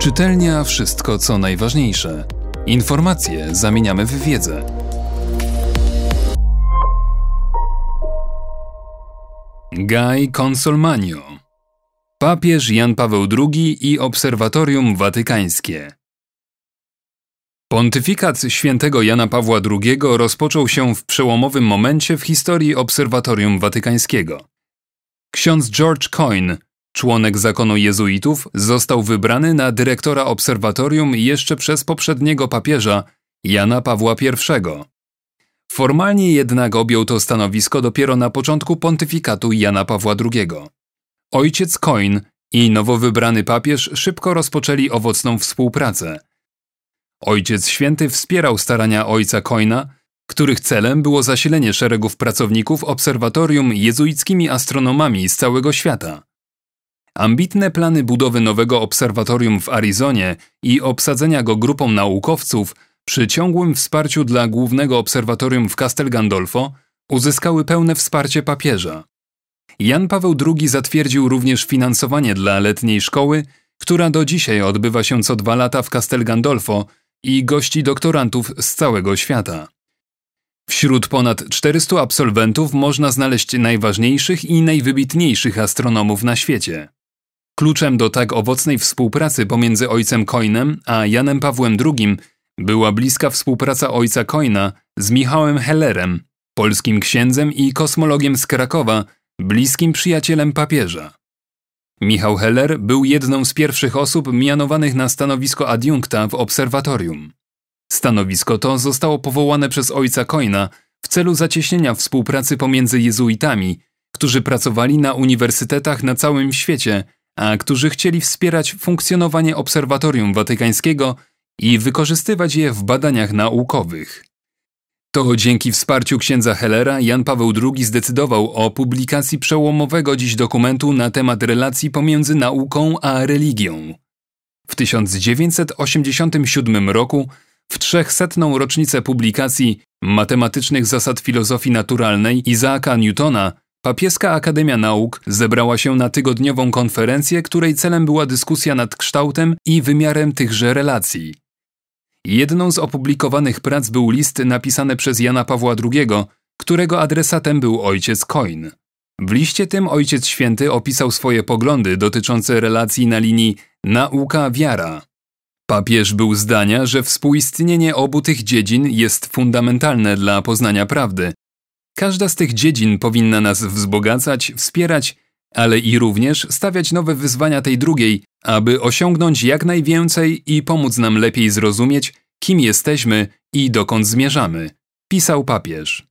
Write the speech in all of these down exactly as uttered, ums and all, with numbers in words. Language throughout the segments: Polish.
Czytelnia wszystko, co najważniejsze. Informacje zamieniamy w wiedzę. Guy Consolmagno. Papież Jan Paweł drugi i Obserwatorium Watykańskie. Pontyfikat świętego Jana Pawła drugiego rozpoczął się w przełomowym momencie w historii Obserwatorium Watykańskiego. Ksiądz George Coyne, członek zakonu jezuitów, został wybrany na dyrektora obserwatorium jeszcze przez poprzedniego papieża Jana Pawła pierwszego. Formalnie jednak objął to stanowisko dopiero na początku pontyfikatu Jana Pawła drugiego. Ojciec Coyne i nowo wybrany papież szybko rozpoczęli owocną współpracę. Ojciec Święty wspierał starania ojca Coyna, których celem było zasilenie szeregów pracowników obserwatorium jezuickimi astronomami z całego świata. Ambitne plany budowy nowego obserwatorium w Arizonie i obsadzenia go grupą naukowców przy ciągłym wsparciu dla głównego obserwatorium w Castel Gandolfo uzyskały pełne wsparcie papieża. Jan Paweł drugi zatwierdził również finansowanie dla letniej szkoły, która do dzisiaj odbywa się co dwa lata w Castel Gandolfo i gości doktorantów z całego świata. Wśród ponad czterystu absolwentów można znaleźć najważniejszych i najwybitniejszych astronomów na świecie. Kluczem do tak owocnej współpracy pomiędzy ojcem Coynem a Janem Pawłem drugim była bliska współpraca ojca Coyna z Michałem Hellerem, polskim księdzem i kosmologiem z Krakowa, bliskim przyjacielem papieża. Michał Heller był jedną z pierwszych osób mianowanych na stanowisko adiunkta w obserwatorium. Stanowisko to zostało powołane przez ojca Coyna w celu zacieśnienia współpracy pomiędzy jezuitami, którzy pracowali na uniwersytetach na całym świecie, a którzy chcieli wspierać funkcjonowanie Obserwatorium Watykańskiego i wykorzystywać je w badaniach naukowych. To dzięki wsparciu księdza Hellera Jan Paweł drugi zdecydował o publikacji przełomowego dziś dokumentu na temat relacji pomiędzy nauką a religią. W tysiąc dziewięćset osiemdziesiątym siódmym roku, w trzechsetną rocznicę publikacji Matematycznych zasad filozofii naturalnej Isaaca Newtona, Papieska Akademia Nauk zebrała się na tygodniową konferencję, której celem była dyskusja nad kształtem i wymiarem tychże relacji. Jedną z opublikowanych prac był list napisany przez Jana Pawła drugiego, którego adresatem był ojciec Coyne. W liście tym Ojciec Święty opisał swoje poglądy dotyczące relacji na linii nauka-wiara. Papież był zdania, że współistnienie obu tych dziedzin jest fundamentalne dla poznania prawdy. Każda z tych dziedzin powinna nas wzbogacać, wspierać, ale i również stawiać nowe wyzwania tej drugiej, aby osiągnąć jak najwięcej i pomóc nam lepiej zrozumieć, kim jesteśmy i dokąd zmierzamy, pisał papież.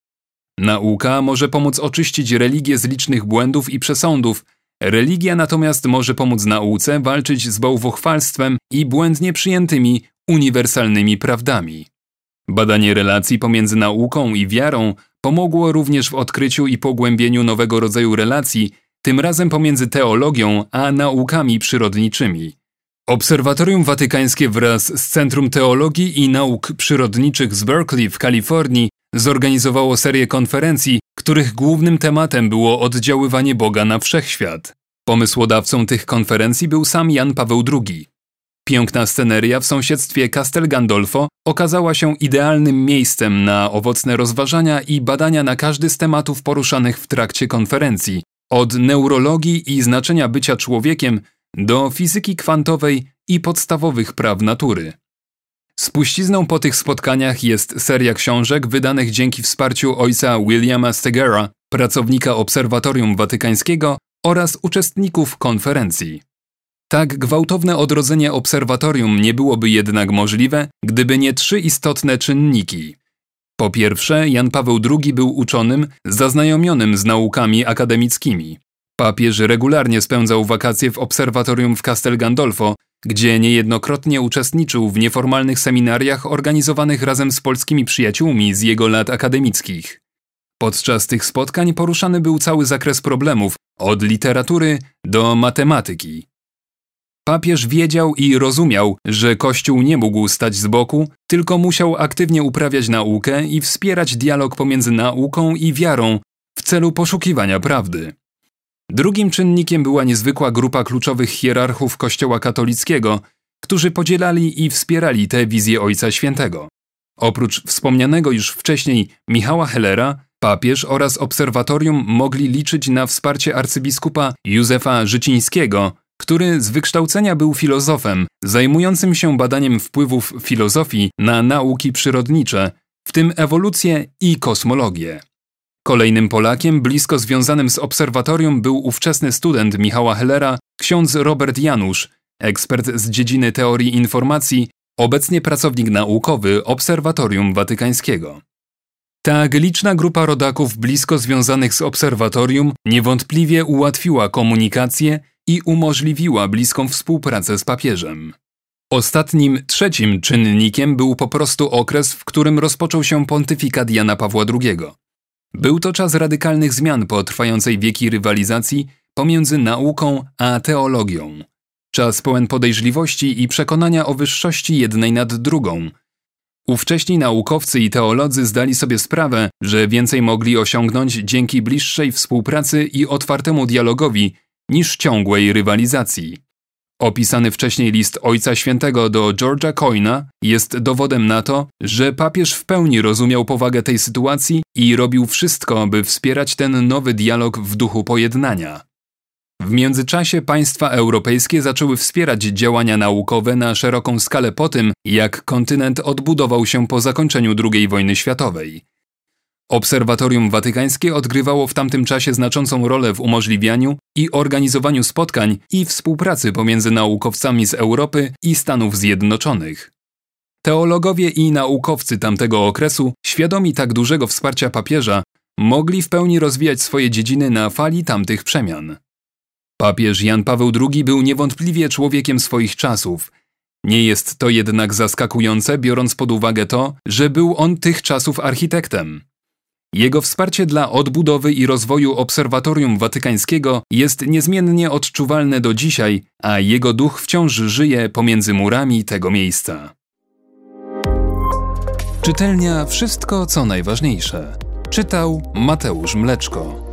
Nauka może pomóc oczyścić religię z licznych błędów i przesądów, religia natomiast może pomóc nauce walczyć z bałwochwalstwem i błędnie przyjętymi uniwersalnymi prawdami. Badanie relacji pomiędzy nauką i wiarą pomogło również w odkryciu i pogłębieniu nowego rodzaju relacji, tym razem pomiędzy teologią a naukami przyrodniczymi. Obserwatorium Watykańskie wraz z Centrum Teologii i Nauk Przyrodniczych z Berkeley w Kalifornii zorganizowało serię konferencji, których głównym tematem było oddziaływanie Boga na wszechświat. Pomysłodawcą tych konferencji był sam Jan Paweł drugi. Piękna sceneria w sąsiedztwie Castel Gandolfo okazała się idealnym miejscem na owocne rozważania i badania na każdy z tematów poruszanych w trakcie konferencji, od neurologii i znaczenia bycia człowiekiem do fizyki kwantowej i podstawowych praw natury. Spuścizną po tych spotkaniach jest seria książek wydanych dzięki wsparciu ojca Williama Stegera, pracownika Obserwatorium Watykańskiego oraz uczestników konferencji. Tak gwałtowne odrodzenie obserwatorium nie byłoby jednak możliwe, gdyby nie trzy istotne czynniki. Po pierwsze, Jan Paweł drugi był uczonym zaznajomionym z naukami akademickimi. Papież regularnie spędzał wakacje w obserwatorium w Castel Gandolfo, gdzie niejednokrotnie uczestniczył w nieformalnych seminariach organizowanych razem z polskimi przyjaciółmi z jego lat akademickich. Podczas tych spotkań poruszany był cały zakres problemów, od literatury do matematyki. Papież wiedział i rozumiał, że Kościół nie mógł stać z boku, tylko musiał aktywnie uprawiać naukę i wspierać dialog pomiędzy nauką i wiarą w celu poszukiwania prawdy. Drugim czynnikiem była niezwykła grupa kluczowych hierarchów Kościoła katolickiego, którzy podzielali i wspierali tę wizję Ojca Świętego. Oprócz wspomnianego już wcześniej Michała Hellera, papież oraz obserwatorium mogli liczyć na wsparcie arcybiskupa Józefa Życińskiego, który z wykształcenia był filozofem, zajmującym się badaniem wpływów filozofii na nauki przyrodnicze, w tym ewolucję i kosmologię. Kolejnym Polakiem blisko związanym z obserwatorium był ówczesny student Michała Hellera, ksiądz Robert Janusz, ekspert z dziedziny teorii informacji, obecnie pracownik naukowy Obserwatorium Watykańskiego. Ta liczna grupa rodaków blisko związanych z obserwatorium niewątpliwie ułatwiła komunikację i umożliwiła bliską współpracę z papieżem. Ostatnim, trzecim czynnikiem był po prostu okres, w którym rozpoczął się pontyfikat Jana Pawła drugiego. Był to czas radykalnych zmian po trwającej wieki rywalizacji pomiędzy nauką a teologią. Czas pełen podejrzliwości i przekonania o wyższości jednej nad drugą. Ówcześni naukowcy i teolodzy zdali sobie sprawę, że więcej mogli osiągnąć dzięki bliższej współpracy i otwartemu dialogowi niż ciągłej rywalizacji. Opisany wcześniej list Ojca Świętego do George'a Coyna jest dowodem na to, że papież w pełni rozumiał powagę tej sytuacji i robił wszystko, by wspierać ten nowy dialog w duchu pojednania. W międzyczasie państwa europejskie zaczęły wspierać działania naukowe na szeroką skalę po tym, jak kontynent odbudował się po zakończeniu drugiej wojny światowej. Obserwatorium Watykańskie odgrywało w tamtym czasie znaczącą rolę w umożliwianiu i organizowaniu spotkań i współpracy pomiędzy naukowcami z Europy i Stanów Zjednoczonych. Teologowie i naukowcy tamtego okresu, świadomi tak dużego wsparcia papieża, mogli w pełni rozwijać swoje dziedziny na fali tamtych przemian. Papież Jan Paweł drugi był niewątpliwie człowiekiem swoich czasów. Nie jest to jednak zaskakujące, biorąc pod uwagę to, że był on tych czasów architektem. Jego wsparcie dla odbudowy i rozwoju Obserwatorium Watykańskiego jest niezmiennie odczuwalne do dzisiaj, a jego duch wciąż żyje pomiędzy murami tego miejsca. Czytelnia Wszystko, co najważniejsze. Czytał Mateusz Mleczko.